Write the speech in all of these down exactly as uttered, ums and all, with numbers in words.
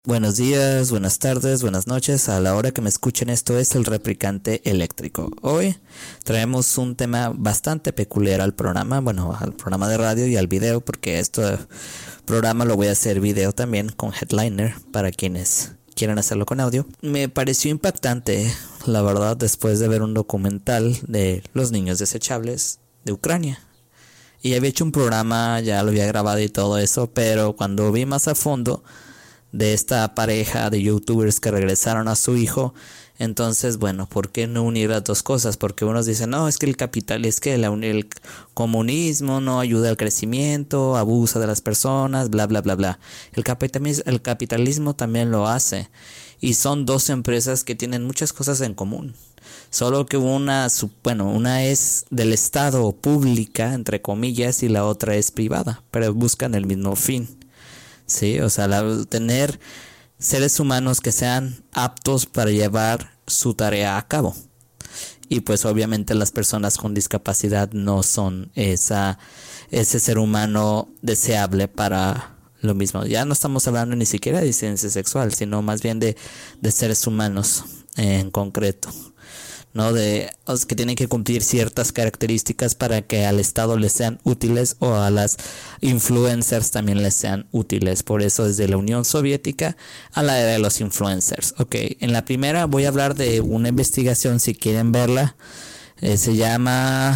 Buenos días, buenas tardes, buenas noches. A la hora que me escuchen, esto es el replicante eléctrico. Hoy traemos un tema bastante peculiar al programa, bueno, al programa de radio y al video, porque este programa lo voy a hacer video también con Headliner para quienes quieran hacerlo con audio. Me pareció impactante, la verdad, después de ver un documental de los niños desechables de Ucrania. Y había hecho un programa, ya lo había grabado y todo eso, pero cuando vi más a fondo de esta pareja de youtubers que regresaron a su hijo, entonces bueno, ¿por qué no unir las dos cosas? Porque unos dicen, no, es que el capital, es que la, el comunismo no ayuda al crecimiento, abusa de las personas, bla bla bla bla. El capitalismo, el capitalismo también lo hace, y son dos empresas que tienen muchas cosas en común. Solo que una, bueno, una es del Estado o pública, entre comillas, y la otra es privada, pero buscan el mismo fin. Sí, o sea, la, tener seres humanos que sean aptos para llevar su tarea a cabo. Y pues obviamente las personas con discapacidad no son esa, ese ser humano deseable para lo mismo. Ya no estamos hablando ni siquiera de disidencia sexual, sino más bien de, de seres humanos en concreto, ¿no? De los que tienen que cumplir ciertas características para que al Estado les sean útiles, o a las influencers también les sean útiles. Por eso desde la Unión Soviética a la era de los influencers. Ok, en la primera voy a hablar de una investigación, si quieren verla, eh, se llama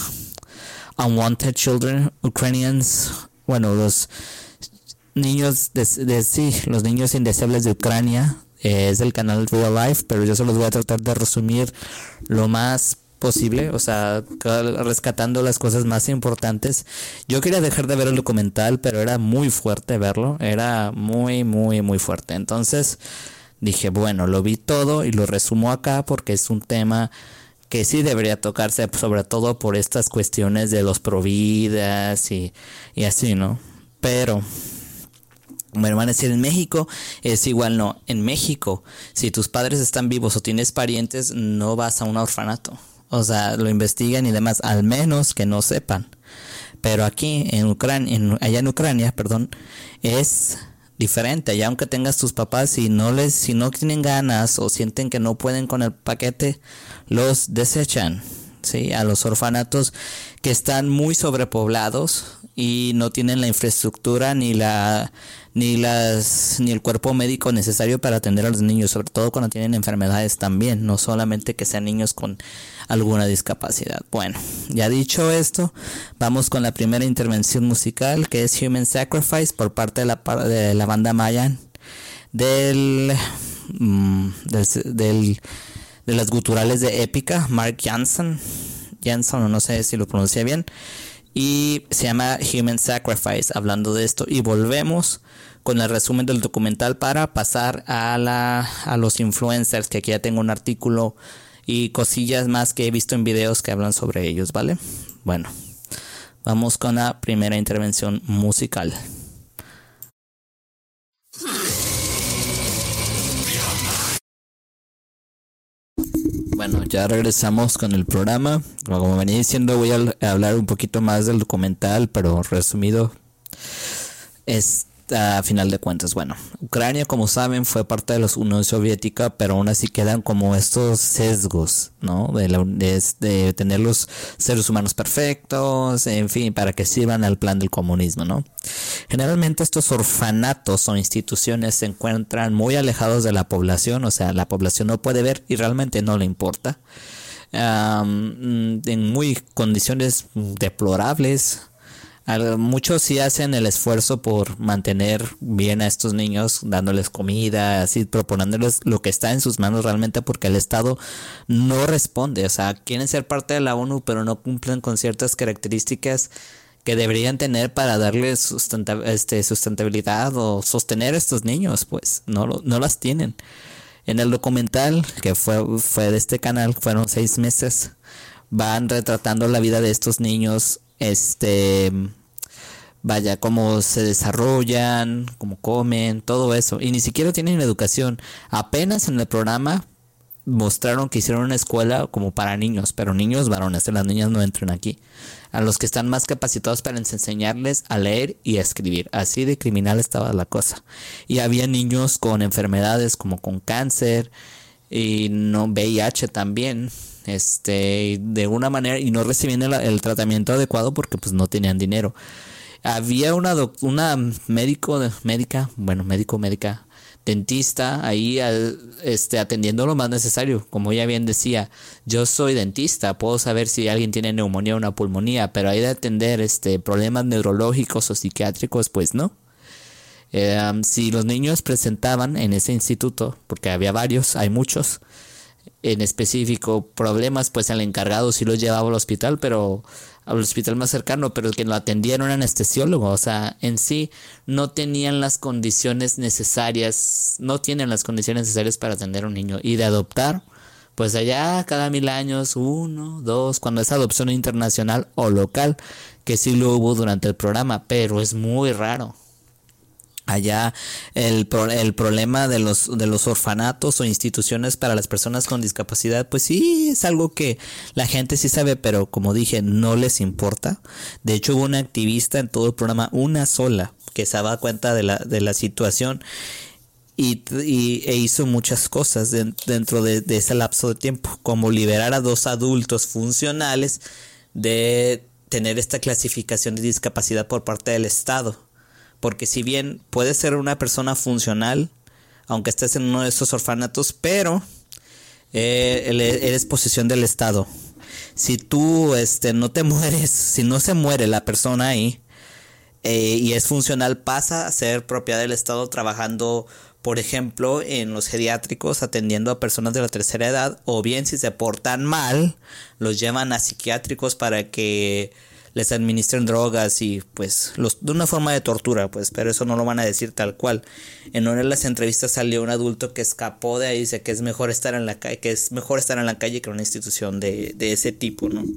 Unwanted Children Ukrainians, bueno, los niños de, de sí, los niños indeseables de Ucrania. Es del canal Real Life, pero yo se los voy a tratar de resumir lo más posible, o sea, rescatando las cosas más importantes. Yo quería dejar de ver el documental, pero era muy fuerte verlo, era muy, muy, muy fuerte. Entonces dije, bueno, lo vi todo y lo resumo acá porque es un tema que sí debería tocarse, sobre todo por estas cuestiones de los providas y, y así, ¿no? Pero me van a decir, en México es igual. No, en México, si tus padres están vivos o tienes parientes, no vas a un orfanato. O sea, lo investigan y demás, al menos que no sepan. Pero aquí en Ucrania, en, allá en Ucrania, perdón, es diferente. Allá aunque tengas tus papás, si no les, si no tienen ganas o sienten que no pueden con el paquete, los desechan. Sí, a los orfanatos que están muy sobrepoblados y no tienen la infraestructura ni la ni las ni el cuerpo médico necesario para atender a los niños, sobre todo cuando tienen enfermedades también, no solamente que sean niños con alguna discapacidad. Bueno, ya dicho esto, vamos con la primera intervención musical, que es Human Sacrifice por parte de la, de la banda Mayan del, mm, del, del de las guturales de Épica, Mark Jansen, Jansen, o no sé si lo pronuncia bien, y se llama Human Sacrifice, hablando de esto. Y volvemos con el resumen del documental para pasar a, la, a los influencers, que aquí ya tengo un artículo y cosillas más que he visto en videos que hablan sobre ellos, ¿vale? Bueno, vamos con la primera intervención musical. Bueno, ya regresamos con el programa. Como venía diciendo, voy a hablar un poquito más del documental, pero resumido es a final de cuentas. Bueno, Ucrania, como saben, fue parte de la Unión Soviética, pero aún así quedan como estos sesgos, ¿no? De, la, de, de tener los seres humanos perfectos, en fin, para que sirvan al plan del comunismo, ¿no? Generalmente estos orfanatos o instituciones se encuentran muy alejados de la población, o sea, la población no puede ver y realmente no le importa. Um, en muy condiciones deplorables. Muchos sí hacen el esfuerzo por mantener bien a estos niños, dándoles comida, así proponiéndoles lo que está en sus manos realmente, porque el Estado no responde. O sea, quieren ser parte de la ONU, pero no cumplen con ciertas características que deberían tener para darles sustenta, este, sustentabilidad o sostener a estos niños, pues no, no las tienen. En el documental que fue, fue de este canal, fueron seis meses, van retratando la vida de estos niños, este, vaya, cómo se desarrollan, cómo comen, todo eso, y ni siquiera tienen educación. Apenas en el programa mostraron que hicieron una escuela como para niños, pero niños varones, las niñas no entran aquí. A los que están más capacitados para enseñarles a leer y a escribir. Así de criminal estaba la cosa. Y había niños con enfermedades como con cáncer y no V I H también. Este, de una manera, y no recibían el, el tratamiento adecuado porque pues no tenían dinero. Había una doc, una médico, médica, bueno, médico, médica, dentista ahí este, atendiendo lo más necesario. Como ella bien decía, yo soy dentista, puedo saber si alguien tiene neumonía o una pulmonía, pero ahí de atender este, problemas neurológicos o psiquiátricos, pues no. Eh, um, si los niños presentaban en ese instituto, porque había varios, hay muchos, en específico problemas, pues el encargado sí los llevaba al hospital, pero al hospital más cercano, pero el que lo atendía era un anestesiólogo. O sea, en sí no tenían las condiciones necesarias, no tienen las condiciones necesarias para atender a un niño. Y de adoptar, pues allá cada mil años, uno, dos, cuando es adopción internacional o local, que sí lo hubo durante el programa, pero es muy raro. Allá el, pro, el problema de los, de los orfanatos o instituciones para las personas con discapacidad, pues sí es algo que la gente sí sabe, pero como dije, no les importa. De hecho, hubo una activista en todo el programa, una sola, que se daba cuenta de la, de la situación y, y e hizo muchas cosas de, dentro de, de ese lapso de tiempo, como liberar a dos adultos funcionales de tener esta clasificación de discapacidad por parte del Estado. Porque si bien puedes ser una persona funcional, aunque estés en uno de estos orfanatos, pero eh, eres posesión del Estado. Si tú este, no te mueres, si no se muere la persona ahí eh, y es funcional, pasa a ser propiedad del Estado trabajando, por ejemplo, en los geriátricos, atendiendo a personas de la tercera edad, o bien si se portan mal, los llevan a psiquiátricos para que les administren drogas y pues los, de una forma de tortura, pues, pero eso no lo van a decir tal cual. En una de las entrevistas salió un adulto que escapó de ahí y dice que es mejor estar en la calle, que es mejor estar en la calle que en una institución de, de ese tipo, ¿no?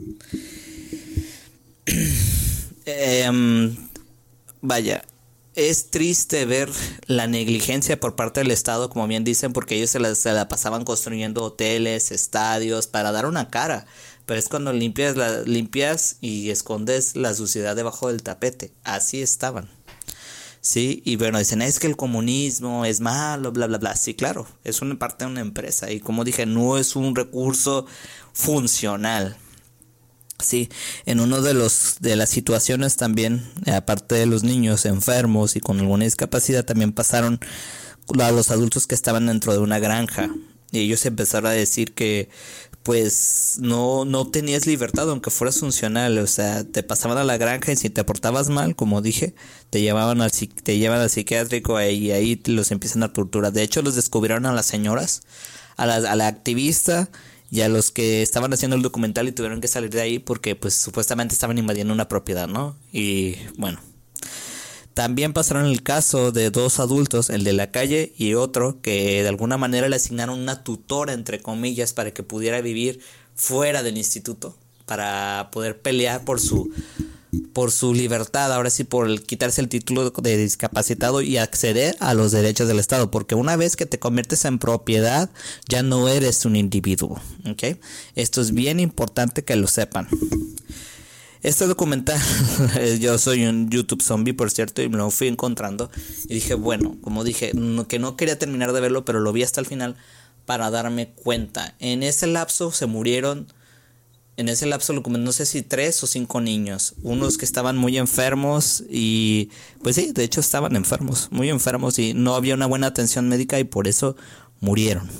eh, vaya, es triste ver la negligencia por parte del Estado, como bien dicen, porque ellos se la, se la pasaban construyendo hoteles, estadios, para dar una cara. Pero es cuando limpias, la, limpias y escondes la suciedad debajo del tapete. Así estaban. Sí, y bueno, dicen, es que el comunismo es malo, bla, bla, bla. Sí, claro, es una parte de una empresa. Y como dije, no es un recurso funcional. Sí, en uno de los de las situaciones también, aparte de los niños enfermos y con alguna discapacidad, también pasaron a los adultos que estaban dentro de una granja. Y ellos empezaron a decir que pues no, no tenías libertad aunque fueras funcional. O sea, te pasaban a la granja y si te portabas mal, como dije, te llevaban al, te llevan al psiquiátrico y ahí los empiezan a torturar. De hecho, los descubrieron a las señoras, a la, a la activista y a los que estaban haciendo el documental y tuvieron que salir de ahí porque pues supuestamente estaban invadiendo una propiedad, ¿no? Y bueno, también pasaron el caso de dos adultos, el de la calle y otro que de alguna manera le asignaron una tutora, entre comillas, para que pudiera vivir fuera del instituto, para poder pelear por su por su libertad, ahora sí, por el quitarse el título de discapacitado y acceder a los derechos del Estado, porque una vez que te conviertes en propiedad, ya no eres un individuo, ¿ok? Esto es bien importante que lo sepan. Este documental, yo soy un YouTube zombie, por cierto, y me lo fui encontrando y dije, bueno, como dije, no, que no quería terminar de verlo, pero lo vi hasta el final para darme cuenta. En ese lapso se murieron, en ese lapso no sé si tres o cinco niños, unos que estaban muy enfermos y pues sí, de hecho estaban enfermos, muy enfermos y no había una buena atención médica y por eso murieron.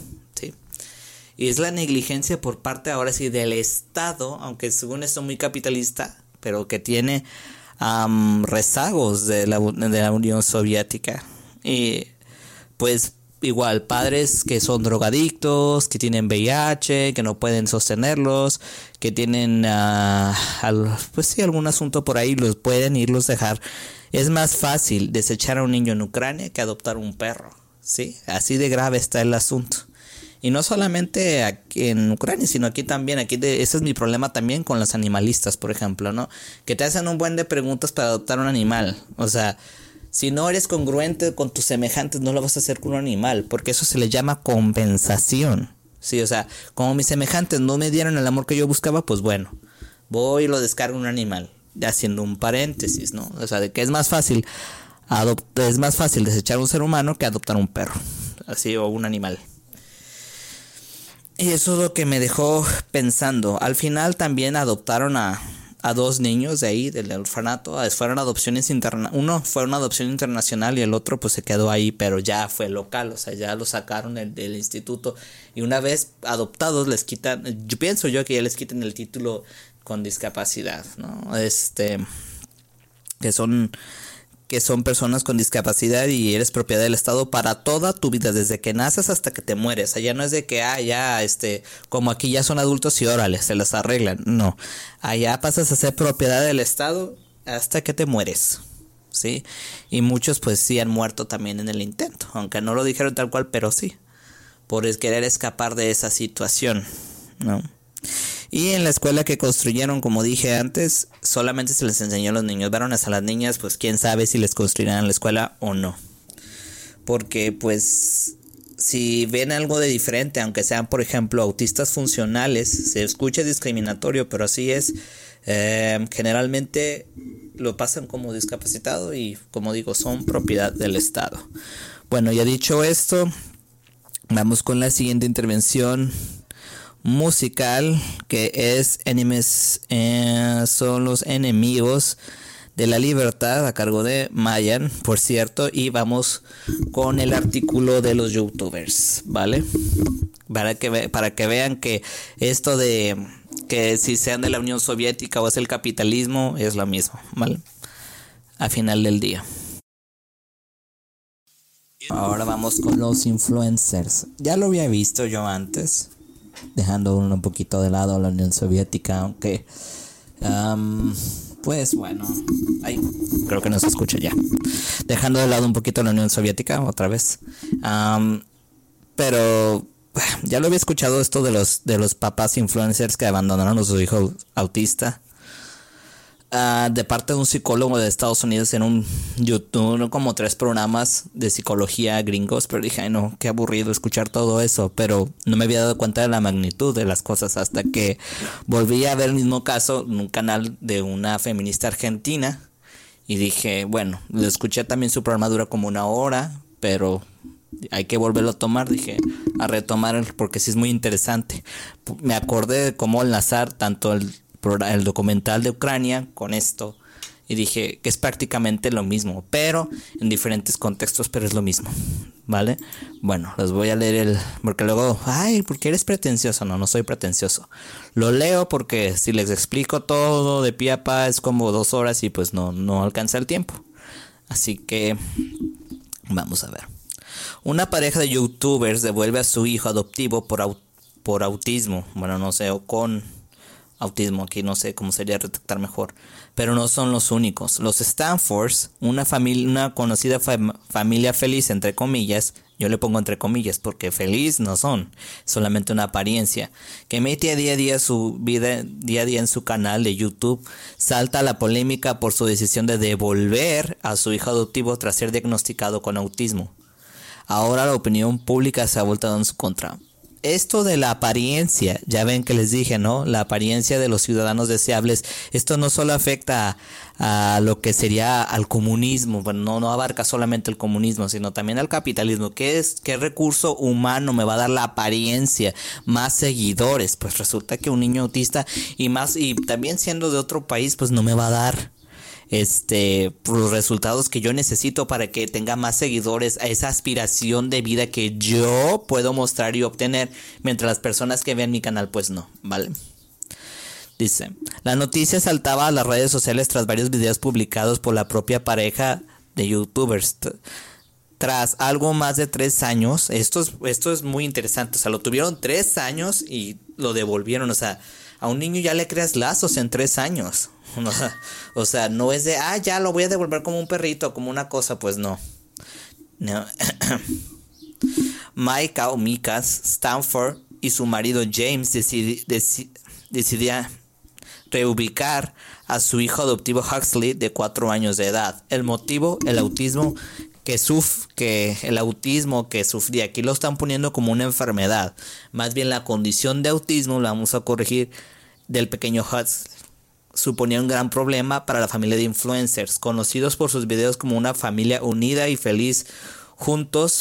Y es la negligencia por parte ahora sí del Estado, aunque según esto muy capitalista, pero que tiene um, rezagos de la, de la Unión Soviética. Y pues igual, padres que son drogadictos, que tienen V I H, que no pueden sostenerlos, que tienen uh, al, pues sí, algún asunto por ahí, los pueden irlos dejar. Es más fácil desechar a un niño en Ucrania que adoptar un perro, ¿sí? Así de grave está el asunto. Y no solamente aquí en Ucrania, sino aquí también. Aquí de, ese es mi problema también con los animalistas, por ejemplo, ¿no? Que te hacen un buen de preguntas para adoptar un animal. O sea, si no eres congruente con tus semejantes, no lo vas a hacer con un animal, porque eso se le llama compensación, Sí, o sea, como mis semejantes no me dieron el amor que yo buscaba, pues bueno, voy y lo descargo en un animal, haciendo un paréntesis, ¿no? O sea, de que es más fácil adoptar, es más fácil desechar un ser humano que adoptar un perro, así, o un animal. Y eso es lo que me dejó pensando. Al final también adoptaron a, a dos niños de ahí, del orfanato. Fueron adopciones interna uno fue una adopción internacional y el otro pues se quedó ahí, pero ya fue local, o sea, ya lo sacaron del, del instituto. Y una vez adoptados les quitan, yo pienso yo que ya les quiten el título con discapacidad, ¿no? Este, que son... que son personas con discapacidad y eres propiedad del Estado para toda tu vida, desde que naces hasta que te mueres. Allá no es de que, ah, ya, este, como aquí ya son adultos y órale, se las arreglan. No, allá pasas a ser propiedad del Estado hasta que te mueres, ¿sí? Y muchos pues sí han muerto también en el intento, aunque no lo dijeron tal cual, pero sí, por querer escapar de esa situación, ¿no? Y en la escuela que construyeron, como dije antes, solamente se les enseñó a los niños varones. A las niñas, pues quién sabe si les construirán la escuela o no. Porque pues si ven algo de diferente, aunque sean por ejemplo autistas funcionales, se escucha discriminatorio, pero así es. Eh, generalmente lo pasan como discapacitado y, como digo, son propiedad del Estado. Bueno, ya dicho esto, vamos con la siguiente intervención musical, que es Enemies, eh, son los enemigos de la libertad, a cargo de Mayan, por cierto. Y vamos con el artículo de los youtubers, ¿vale? Para que, ve para que vean que esto de que si sean de la Unión Soviética o es el capitalismo, es lo mismo, ¿vale? A final del día. Ahora vamos con los influencers. Ya lo había visto yo antes, dejando un poquito de lado a la Unión Soviética, aunque um, pues bueno, ay, creo que no se escucha ya, dejando de lado un poquito a la Unión Soviética otra vez, um, pero ya lo había escuchado esto de los de los papás influencers que abandonaron a su hijo autista, Uh, de parte de un psicólogo de Estados Unidos en un YouTube, como tres programas de psicología gringos, pero dije, ay no, qué aburrido escuchar todo eso, pero no me había dado cuenta de la magnitud de las cosas hasta que volví a ver el mismo caso en un canal de una feminista argentina y dije, bueno, lo escuché también, su programa dura como una hora, pero hay que volverlo a tomar, dije, a retomar porque sí es muy interesante. Me acordé de cómo enlazar tanto el el documental de Ucrania con esto y dije que es prácticamente lo mismo, pero en diferentes contextos, pero es lo mismo, ¿vale? Bueno, les voy a leer el, porque luego, ay, ¿por qué eres pretencioso? No, no soy pretencioso. Lo leo porque si les explico todo de pie a pa es como dos horas y pues no, no alcanza el tiempo. Así que vamos a ver. Una pareja de youtubers devuelve a su hijo adoptivo por, au por autismo, bueno, no sé, o con autismo, aquí no sé cómo sería detectar mejor, pero no son los únicos. Los Stanfords, una familia, una conocida fam familia feliz, entre comillas, yo le pongo entre comillas porque feliz no son, solamente una apariencia, que emite día a día su vida, día a día en su canal de YouTube, salta a la polémica por su decisión de devolver a su hijo adoptivo tras ser diagnosticado con autismo. Ahora la opinión pública se ha voltado en su contra. Esto de la apariencia, ya ven que les dije, ¿no? La apariencia de los ciudadanos deseables, esto no solo afecta a, a lo que sería al comunismo, bueno, no, no abarca solamente el comunismo, sino también al capitalismo. ¿Qué es, qué recurso humano me va a dar la apariencia? Más seguidores. Pues resulta que un niño autista y más, y también siendo de otro país, pues no me va a dar este los resultados que yo necesito para que tenga más seguidores, a esa aspiración de vida que yo puedo mostrar y obtener, mientras las personas que ven mi canal pues no, ¿vale? Dice, la noticia saltaba a las redes sociales tras varios videos publicados por la propia pareja de youtubers. Tras algo más de tres años, esto es, esto es muy interesante, o sea, lo tuvieron tres años y lo devolvieron, o sea, a un niño ya le creas lazos en tres años. No, o sea, no es de, ah, ya lo voy a devolver como un perrito, como una cosa, pues no. No. Micah o Micah Stanford y su marido James decidi, deci, decidían reubicar a su hijo adoptivo Huxley de cuatro años de edad. El motivo, el autismo que suf que el autismo que sufría, aquí lo están poniendo como una enfermedad. Más bien la condición de autismo, la vamos a corregir, del pequeño Huxley suponía un gran problema para la familia de influencers, conocidos por sus videos como una familia unida y feliz juntos.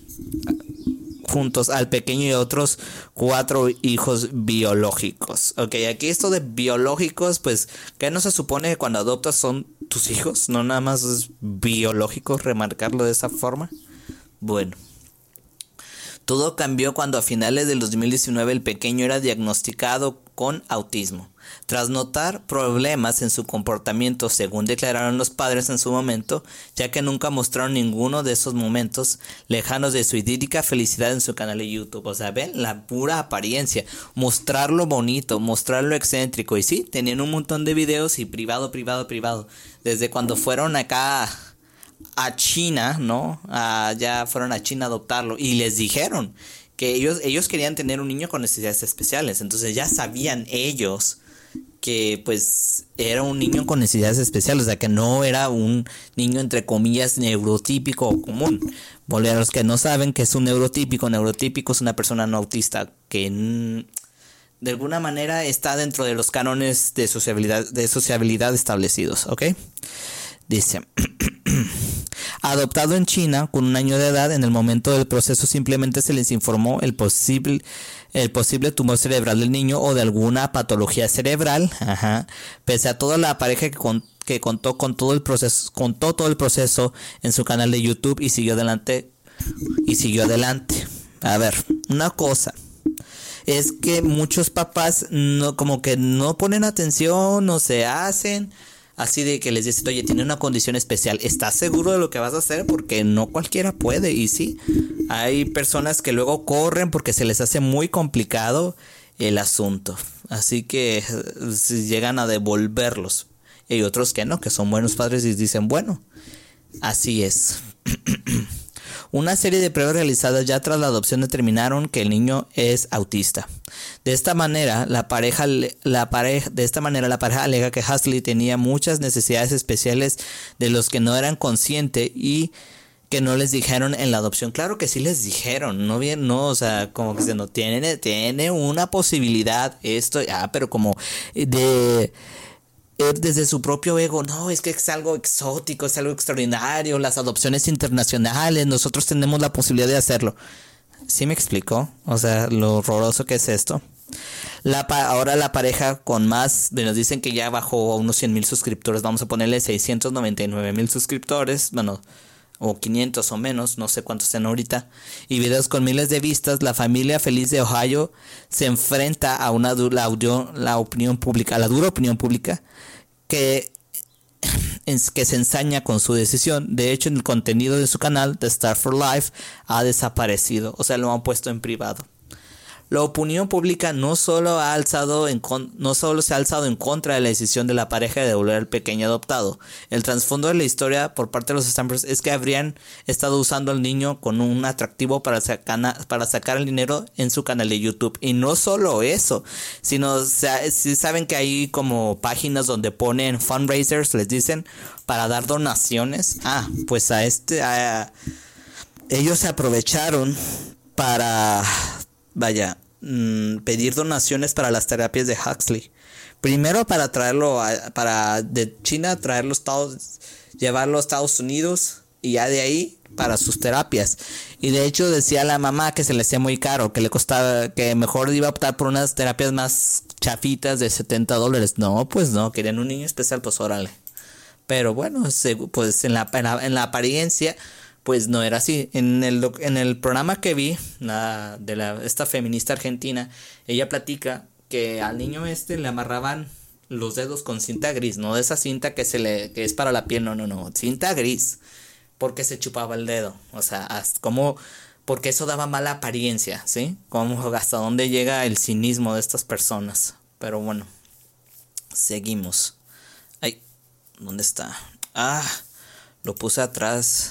juntos al pequeño y otros cuatro hijos biológicos. Ok, aquí esto de biológicos, pues, ¿qué no se supone que cuando adoptas son tus hijos? No nada más es biológico remarcarlo de esa forma. Bueno. Todo cambió cuando a finales del dos mil diecinueve el pequeño era diagnosticado con autismo. Tras notar problemas en su comportamiento, según declararon los padres en su momento, ya que nunca mostraron ninguno de esos momentos lejanos de su idílica felicidad en su canal de YouTube. O sea, ven la pura apariencia, mostrarlo bonito, mostrarlo excéntrico. Y sí, tenían un montón de videos y privado, privado, privado. Desde cuando fueron acá a China, ¿no? Ah, ya fueron a China a adoptarlo y les dijeron que ellos, ellos querían tener un niño con necesidades especiales. Entonces ya sabían ellos que pues era un niño con necesidades especiales, o sea que no era un niño entre comillas neurotípico o común. Para los que no saben qué es un neurotípico, neurotípico es una persona no autista que mm, de alguna manera está dentro de los cánones de sociabilidad, de sociabilidad establecidos, ¿ok? Dice, adoptado en China con un año de edad, en el momento del proceso simplemente se les informó el posible, el posible tumor cerebral del niño o de alguna patología cerebral. Ajá. Pese a toda la pareja que, con, que contó con todo el proceso, contó todo el proceso en su canal de YouTube y siguió adelante y siguió adelante. A ver, una cosa es que muchos papás no, como que no ponen atención, no se hacen. Así de que les dicen, oye, tiene una condición especial, ¿estás seguro de lo que vas a hacer? Porque no cualquiera puede. Y sí, hay personas que luego corren porque se les hace muy complicado el asunto. Así que llegan a devolverlos. Y hay otros que no, que son buenos padres y dicen, bueno, así es. Una serie de pruebas realizadas ya tras la adopción determinaron que el niño es autista. De esta manera, la pareja, la pareja, de esta manera, la pareja alega que Huxley tenía muchas necesidades especiales de los que no eran conscientes y que no les dijeron en la adopción. Claro que sí les dijeron, no bien, no, o sea, como que se no tiene, tiene una posibilidad esto, ah, pero como de desde su propio ego, no, es que es algo exótico, es algo extraordinario, las adopciones internacionales, nosotros tenemos la posibilidad de hacerlo. ¿Sí me explico? O sea, lo horroroso que es esto. La ahora la pareja con más, nos dicen que ya bajó a unos cien mil suscriptores, vamos a ponerle seiscientos noventa y nueve mil suscriptores, bueno, o quinientos o menos, no sé cuántos estén ahorita, y videos con miles de vistas. La familia feliz de Ohio se enfrenta a una dura audio, la opinión pública, a la dura opinión pública que, que se ensaña con su decisión. De hecho, en el contenido de su canal, The Star for Life, ha desaparecido, o sea, lo han puesto en privado. La opinión pública no solo, ha alzado en con, no solo se ha alzado en contra de la decisión de la pareja de devolver al pequeño adoptado. El trasfondo de la historia por parte de los Stampers es que habrían estado usando al niño con un atractivo para, sacar, para sacar el dinero en su canal de YouTube. Y no solo eso, sino o sea, si saben que hay como páginas donde ponen fundraisers, les dicen, para dar donaciones. Ah, pues a este, a, ellos se aprovecharon para... Vaya, mmm, pedir donaciones para las terapias de Huxley. Primero para traerlo a, para de China, traerlo a Estados, llevarlo a Estados Unidos y ya de ahí para sus terapias. Y de hecho decía la mamá que se le hacía muy caro, que le costaba, que mejor iba a optar por unas terapias más chafitas de setenta dólares. No, pues no, querían un niño especial, pues órale. Pero bueno, se, pues en la, en la, en la apariencia... pues no era así. En el, en el programa que vi, la, de la, esta feminista argentina, ella platica que al niño este le amarraban los dedos con cinta gris, no de esa cinta que se le que es para la piel, no, no, no, cinta gris, porque se chupaba el dedo. O sea, como, porque eso daba mala apariencia, ¿sí? Como hasta dónde llega el cinismo de estas personas. Pero bueno, seguimos. Ay, ¿dónde está? Ah, lo puse atrás.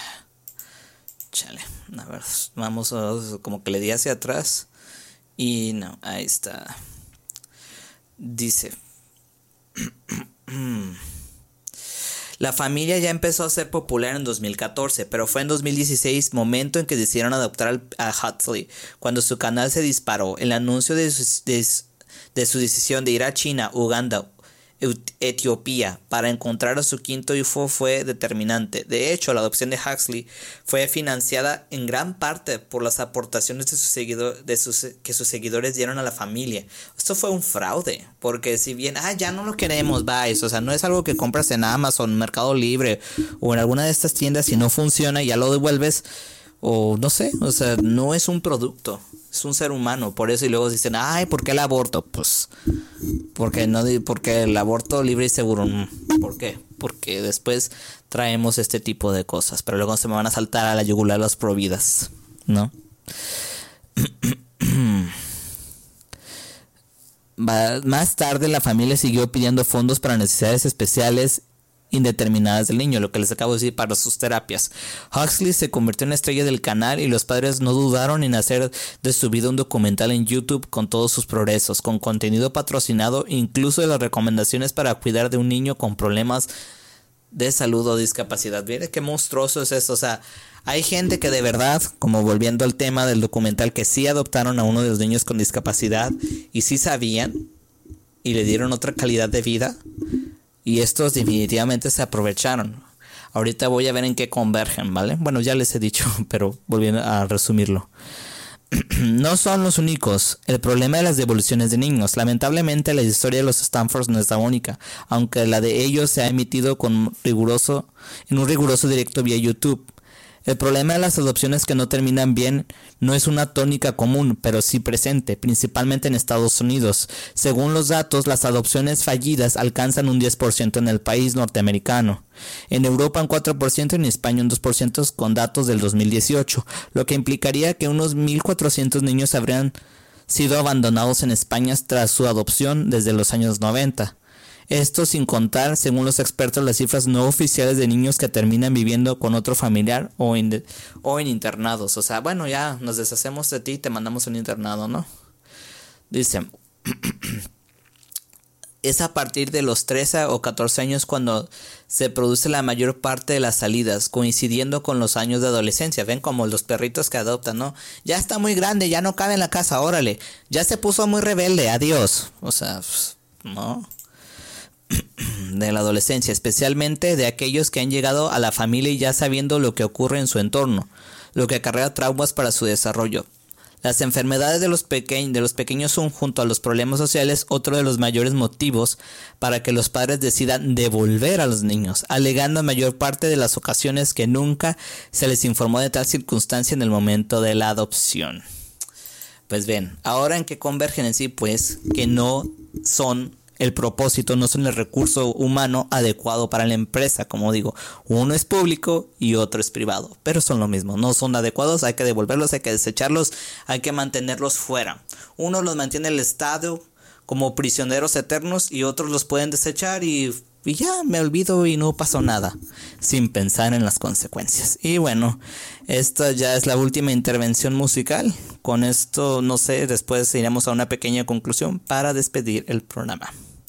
Chale, a ver, vamos a, como que le di hacia atrás y no, ahí está. Dice, La familia ya empezó a ser popular en dos mil catorce, pero fue en dos mil dieciséis, momento en que decidieron adoptar a Huxley, cuando su canal se disparó. El anuncio de su, de, de su decisión de ir a China, Uganda, Etiopía para encontrar a su quinto hijo fue determinante. De hecho, la adopción de Huxley fue financiada en gran parte por las aportaciones de sus seguidores, de sus, que sus seguidores dieron a la familia. Esto fue un fraude, porque si bien, ah, ya no lo queremos, bye, o sea, no es algo que compras en Amazon, Mercado Libre o en alguna de estas tiendas y no funciona y ya lo devuelves, o no sé, o sea, no es un producto, es un ser humano. Por eso y luego dicen, ay, ¿por qué el aborto? Pues porque no, porque el aborto libre y seguro. ¿Por qué? Porque después traemos este tipo de cosas, pero luego se me van a saltar a la yugular las providas, ¿no? Más tarde la familia siguió pidiendo fondos para necesidades especiales indeterminadas del niño, lo que les acabo de decir, para sus terapias. Huxley se convirtió en la estrella del canal y los padres no dudaron en hacer de su vida un documental en YouTube con todos sus progresos, con contenido patrocinado, incluso de las recomendaciones para cuidar de un niño con problemas de salud o discapacidad. Miren qué monstruoso es esto. O sea, hay gente que de verdad, como volviendo al tema del documental, que sí adoptaron a uno de los niños con discapacidad y sí sabían y le dieron otra calidad de vida. Y estos definitivamente se aprovecharon. Ahorita voy a ver en qué convergen, ¿vale? Bueno, ya les he dicho, pero volviendo a resumirlo. No son los únicos. El problema de las devoluciones de niños. Lamentablemente la historia de los Stanfords no es la única, aunque la de ellos se ha emitido con riguroso, en un riguroso directo vía YouTube. El problema de las adopciones que no terminan bien no es una tónica común, pero sí presente, principalmente en Estados Unidos. Según los datos, las adopciones fallidas alcanzan un diez por ciento en el país norteamericano. En Europa un cuatro por ciento y en España un dos por ciento con datos del dos mil dieciocho, lo que implicaría que unos mil cuatrocientos niños habrían sido abandonados en España tras su adopción desde los años noventa. Esto sin contar, según los expertos, las cifras no oficiales de niños que terminan viviendo con otro familiar o en, de, o en internados. O sea, bueno, ya nos deshacemos de ti y te mandamos a un internado, ¿no? Dice, es a partir de los trece o catorce años cuando se produce la mayor parte de las salidas, coincidiendo con los años de adolescencia. Ven como los perritos que adoptan, ¿no? Ya está muy grande, ya no cabe en la casa, órale. Ya se puso muy rebelde, adiós. O sea, no... de la adolescencia, especialmente de aquellos que han llegado a la familia y ya sabiendo lo que ocurre en su entorno, lo que acarrea traumas para su desarrollo. Las enfermedades de los, peque- de los pequeños son, junto a los problemas sociales, otro de los mayores motivos para que los padres decidan devolver a los niños, alegando en mayor parte de las ocasiones que nunca se les informó de tal circunstancia en el momento de la adopción. Pues bien, ahora en que convergen en sí, pues, que no son el propósito, no son el recurso humano adecuado para la empresa. Como digo, uno es público y otro es privado, pero son lo mismo, no son adecuados, hay que devolverlos, hay que desecharlos, hay que mantenerlos fuera. Uno los mantiene el Estado como prisioneros eternos y otros los pueden desechar y, y ya me olvido y no pasó nada, sin pensar en las consecuencias. Y bueno, esta ya es la última intervención musical. Con esto, no sé, después iremos a una pequeña conclusión para despedir el programa.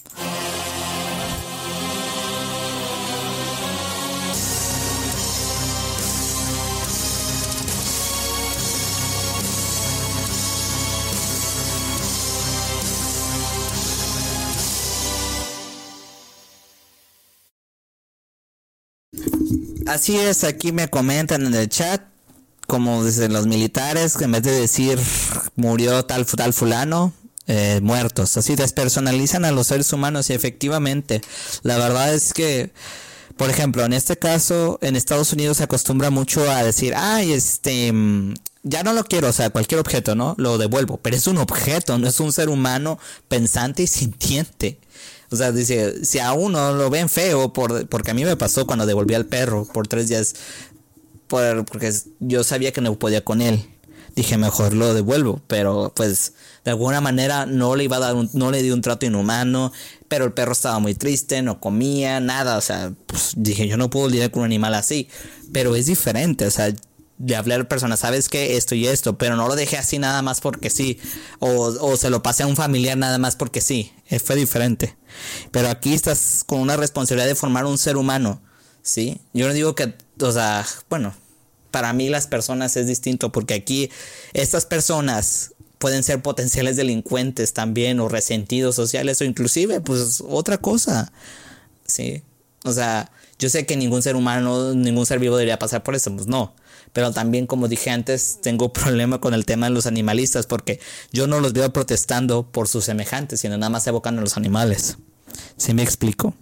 Así es, aquí me comentan en el chat, como dicen los militares, que en vez de decir murió tal, tal fulano, eh, muertos. Así despersonalizan a los seres humanos y efectivamente, la verdad es que, por ejemplo, en este caso, en Estados Unidos se acostumbra mucho a decir, ay, este, ya no lo quiero, o sea, cualquier objeto, ¿no? Lo devuelvo, pero es un objeto, no es un ser humano pensante y sintiente. O sea, dice, si a uno lo ven feo, por, porque a mí me pasó cuando devolví al perro por tres días, por, porque yo sabía que no podía con él. Dije, mejor lo devuelvo, pero pues de alguna manera no le iba a dar un, no le di un trato inhumano, pero el perro estaba muy triste, no comía, nada, o sea, pues dije, yo no puedo lidiar con un animal así, pero es diferente, o sea, de hablar a personas, sabes que esto y esto, pero no lo dejé así nada más porque sí, o, o se lo pasé a un familiar nada más porque sí, fue diferente. Pero aquí estás con una responsabilidad de formar un ser humano, ¿sí? Yo no digo que, o sea, bueno, para mí las personas es distinto porque aquí estas personas pueden ser potenciales delincuentes también o resentidos sociales o inclusive pues otra cosa, ¿sí? O sea, yo sé que ningún ser humano, ningún ser vivo debería pasar por eso, pues no. Pero también, como dije antes, tengo problema con el tema de los animalistas porque yo no los veo protestando por sus semejantes, sino nada más evocando a los animales. ¿Sí me explico?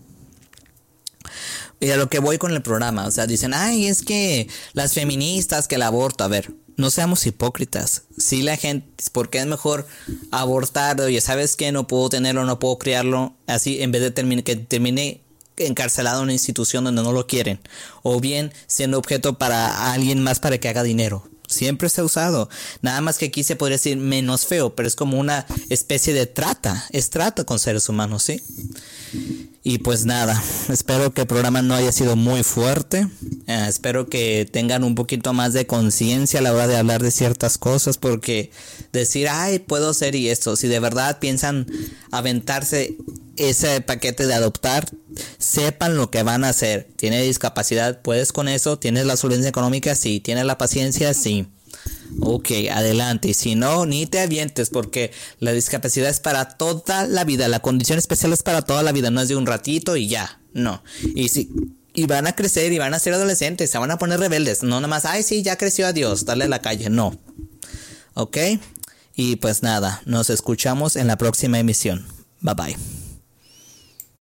Y a lo que voy con el programa, o sea, dicen, ay, es que las feministas, que el aborto, a ver, no seamos hipócritas. Si la gente, porque es mejor abortar, oye, ¿sabes qué? No puedo tenerlo, no puedo criarlo, así en vez de termine, que termine encarcelado en una institución donde no lo quieren, o bien siendo objeto para alguien más para que haga dinero. Siempre se ha usado, nada más que aquí se podría decir menos feo, pero es como una especie de trata, es trata con seres humanos, ¿sí? Y pues nada, espero que el programa no haya sido muy fuerte, eh, espero que tengan un poquito más de conciencia a la hora de hablar de ciertas cosas, porque decir, ay, puedo hacer y esto, si de verdad piensan aventarse ese paquete de adoptar, sepan lo que van a hacer. ¿Tienes discapacidad? ¿Puedes con eso? ¿Tienes la solvencia económica? Sí. ¿Tienes la paciencia? Sí. Ok, adelante. Y si no, ni te avientes, porque la discapacidad es para toda la vida. La condición especial es para toda la vida, no es de un ratito y ya. No. Y si y van a crecer y van a ser adolescentes, se van a poner rebeldes. No nada más, ay, sí, ya creció, adiós, dale a la calle. No. Ok. Y pues nada, nos escuchamos en la próxima emisión. Bye bye.